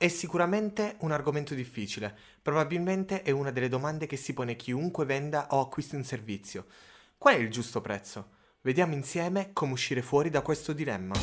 È sicuramente un argomento difficile, probabilmente è una delle domande che si pone chiunque venda o acquisti un servizio. Qual è il giusto prezzo? Vediamo insieme come uscire fuori da questo dilemma.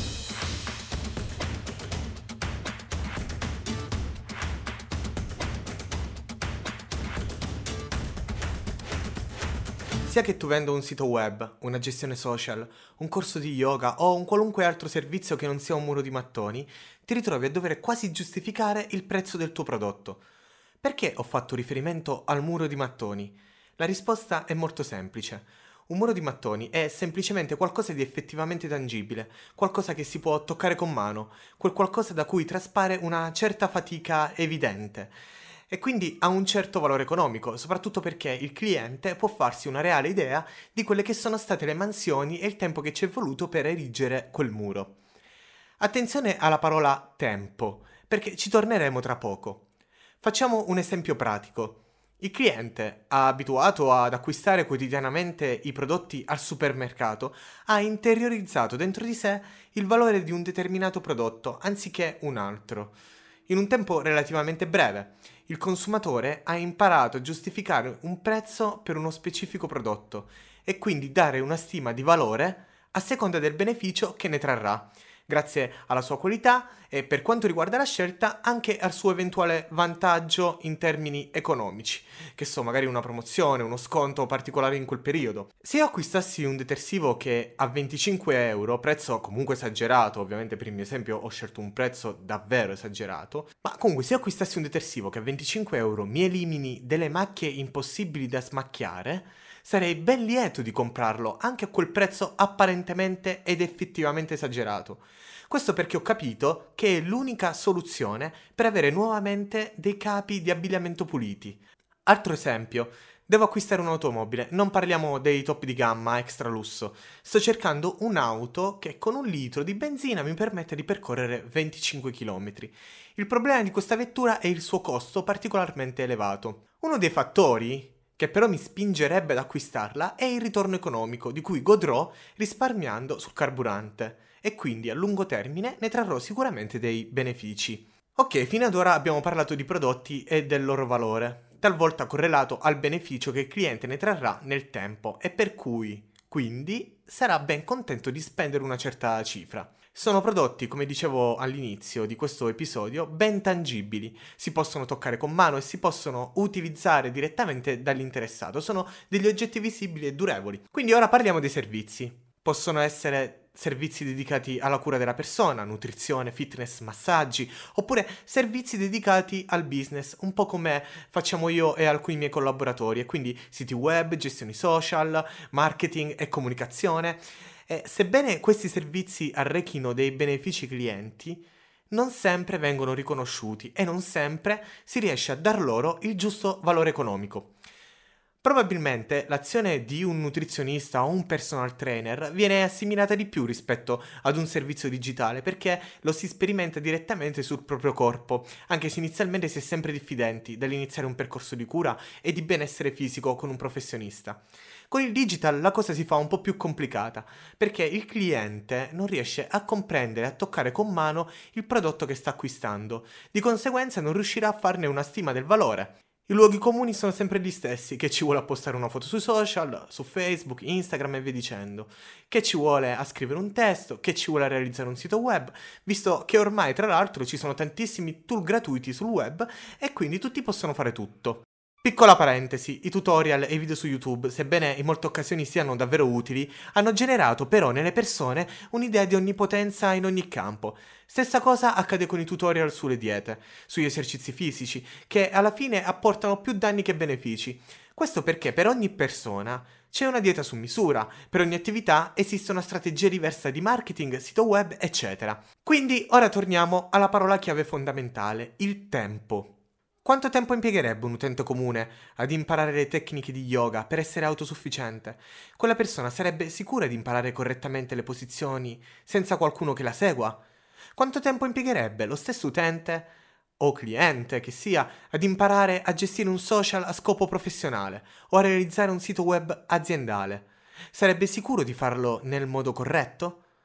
Sia che tu venda un sito web, una gestione social, un corso di yoga o un qualunque altro servizio che non sia un muro di mattoni, ti ritrovi a dover quasi giustificare il prezzo del tuo prodotto. Perché ho fatto riferimento al muro di mattoni? La risposta è molto semplice. Un muro di mattoni è semplicemente qualcosa di effettivamente tangibile, qualcosa che si può toccare con mano, quel qualcosa da cui traspare una certa fatica evidente. E quindi ha un certo valore economico, soprattutto perché il cliente può farsi una reale idea di quelle che sono state le mansioni e il tempo che ci è voluto per erigere quel muro. Attenzione alla parola tempo, perché ci torneremo tra poco. Facciamo un esempio pratico. Il cliente, abituato ad acquistare quotidianamente i prodotti al supermercato, ha interiorizzato dentro di sé il valore di un determinato prodotto anziché un altro. In un tempo relativamente breve, il consumatore ha imparato a giustificare un prezzo per uno specifico prodotto e quindi dare una stima di valore a seconda del beneficio che ne trarrà, grazie alla sua qualità e, per quanto riguarda la scelta, anche al suo eventuale vantaggio in termini economici, che so, magari una promozione, uno sconto particolare in quel periodo. Se io acquistassi un detersivo che a 25 euro, prezzo comunque esagerato, ovviamente per il mio esempio ho scelto un prezzo davvero esagerato, ma comunque se io acquistassi un detersivo che a 25 euro mi elimini delle macchie impossibili da smacchiare, sarei ben lieto di comprarlo anche a quel prezzo apparentemente ed effettivamente esagerato. Questo perché ho capito che è l'unica soluzione per avere nuovamente dei capi di abbigliamento puliti. Altro esempio, devo acquistare un'automobile, non parliamo dei top di gamma extra lusso. Sto cercando un'auto che con 1 litro di benzina mi permette di percorrere 25 km. Il problema di questa vettura è il suo costo particolarmente elevato. Uno dei fattori che però mi spingerebbe ad acquistarla è il ritorno economico di cui godrò risparmiando sul carburante e quindi a lungo termine ne trarrò sicuramente dei benefici. Ok, fino ad ora abbiamo parlato di prodotti e del loro valore, talvolta correlato al beneficio che il cliente ne trarrà nel tempo e per cui, quindi, sarà ben contento di spendere una certa cifra. Sono prodotti, come dicevo all'inizio di questo episodio, ben tangibili, si possono toccare con mano e si possono utilizzare direttamente dall'interessato, sono degli oggetti visibili e durevoli. Quindi ora parliamo dei servizi. Possono essere servizi dedicati alla cura della persona, nutrizione, fitness, massaggi, oppure servizi dedicati al business, un po' come facciamo io e alcuni miei collaboratori, e quindi siti web, gestioni social, marketing e comunicazione. E sebbene questi servizi arrechino dei benefici clienti, non sempre vengono riconosciuti e non sempre si riesce a dar loro il giusto valore economico. Probabilmente l'azione di un nutrizionista o un personal trainer viene assimilata di più rispetto ad un servizio digitale perché lo si sperimenta direttamente sul proprio corpo, anche se inizialmente si è sempre diffidenti dall'iniziare un percorso di cura e di benessere fisico con un professionista. Con il digital la cosa si fa un po' più complicata perché il cliente non riesce a comprendere e a toccare con mano il prodotto che sta acquistando, di conseguenza non riuscirà a farne una stima del valore. I luoghi comuni sono sempre gli stessi, che ci vuole a postare una foto sui social, su Facebook, Instagram e via dicendo, che ci vuole a scrivere un testo, che ci vuole a realizzare un sito web, visto che ormai tra l'altro ci sono tantissimi tool gratuiti sul web e quindi tutti possono fare tutto. Piccola parentesi, i tutorial e i video su YouTube, sebbene in molte occasioni siano davvero utili, hanno generato però nelle persone un'idea di onnipotenza in ogni campo. Stessa cosa accade con i tutorial sulle diete, sugli esercizi fisici, che alla fine apportano più danni che benefici. Questo perché per ogni persona c'è una dieta su misura, per ogni attività esiste una strategia diversa di marketing, sito web, eccetera. Quindi ora torniamo alla parola chiave fondamentale, il tempo. Quanto tempo impiegherebbe un utente comune ad imparare le tecniche di yoga per essere autosufficiente? Quella persona sarebbe sicura di imparare correttamente le posizioni senza qualcuno che la segua? Quanto tempo impiegherebbe lo stesso utente o cliente che sia ad imparare a gestire un social a scopo professionale o a realizzare un sito web aziendale? Sarebbe sicuro di farlo nel modo corretto?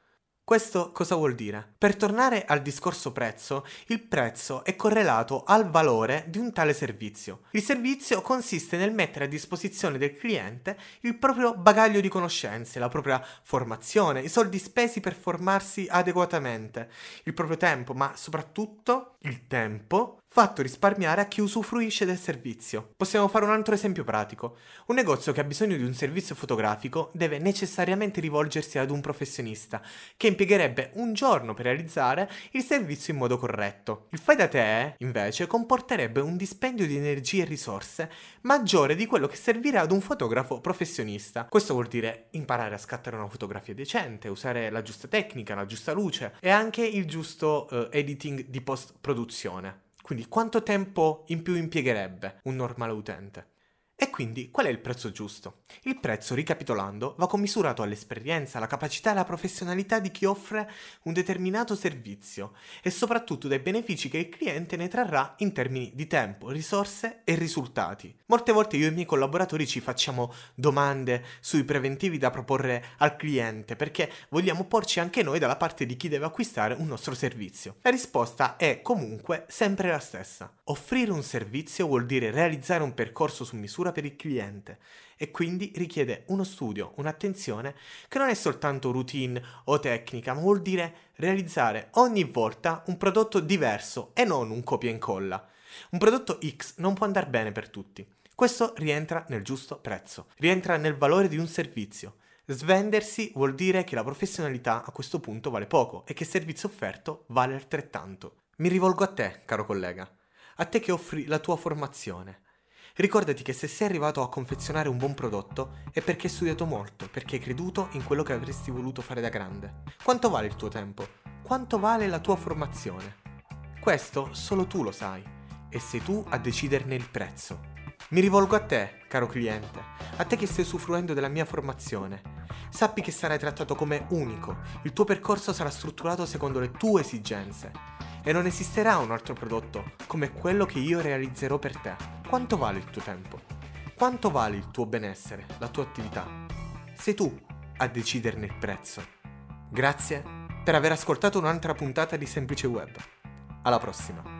Questo cosa vuol dire? Per tornare al discorso prezzo, il prezzo è correlato al valore di un tale servizio. Il servizio consiste nel mettere a disposizione del cliente il proprio bagaglio di conoscenze, la propria formazione, i soldi spesi per formarsi adeguatamente, il proprio tempo, ma soprattutto il tempo fatto risparmiare a chi usufruisce del servizio. Possiamo fare un altro esempio pratico. Un negozio che ha bisogno di un servizio fotografico deve necessariamente rivolgersi ad un professionista che impiegherebbe un giorno per realizzare il servizio in modo corretto. Il fai da te, invece, comporterebbe un dispendio di energie e risorse maggiore di quello che servirebbe ad un fotografo professionista. Questo vuol dire imparare a scattare una fotografia decente, usare la giusta tecnica, la giusta luce e anche il giusto editing di post-produzione. Quindi quanto tempo in più impiegherebbe un normale utente? E quindi qual è il prezzo giusto? Il prezzo, ricapitolando, va commisurato all'esperienza, alla capacità e alla professionalità di chi offre un determinato servizio e soprattutto dai benefici che il cliente ne trarrà in termini di tempo, risorse e risultati. Molte volte io e i miei collaboratori ci facciamo domande sui preventivi da proporre al cliente perché vogliamo porci anche noi dalla parte di chi deve acquistare un nostro servizio. La risposta è comunque sempre la stessa. Offrire un servizio vuol dire realizzare un percorso su misura per il cliente e quindi richiede uno studio, un'attenzione che non è soltanto routine o tecnica, ma vuol dire realizzare ogni volta un prodotto diverso e non un copia e incolla. Un prodotto X non può andare bene per tutti. Questo rientra nel giusto prezzo, rientra nel valore di un servizio. Svendersi vuol dire che la professionalità a questo punto vale poco e che il servizio offerto vale altrettanto. Mi rivolgo a te, caro collega, a te che offri la tua formazione. Ricordati che se sei arrivato a confezionare un buon prodotto è perché hai studiato molto, perché hai creduto in quello che avresti voluto fare da grande. Quanto vale il tuo tempo? Quanto vale la tua formazione? Questo solo tu lo sai e sei tu a deciderne il prezzo. Mi rivolgo a te, caro cliente, a te che stai usufruendo della mia formazione. Sappi che sarai trattato come unico, il tuo percorso sarà strutturato secondo le tue esigenze e non esisterà un altro prodotto come quello che io realizzerò per te. Quanto vale il tuo tempo? Quanto vale il tuo benessere, la tua attività? Sei tu a deciderne il prezzo. Grazie per aver ascoltato un'altra puntata di Semplice Web. Alla prossima!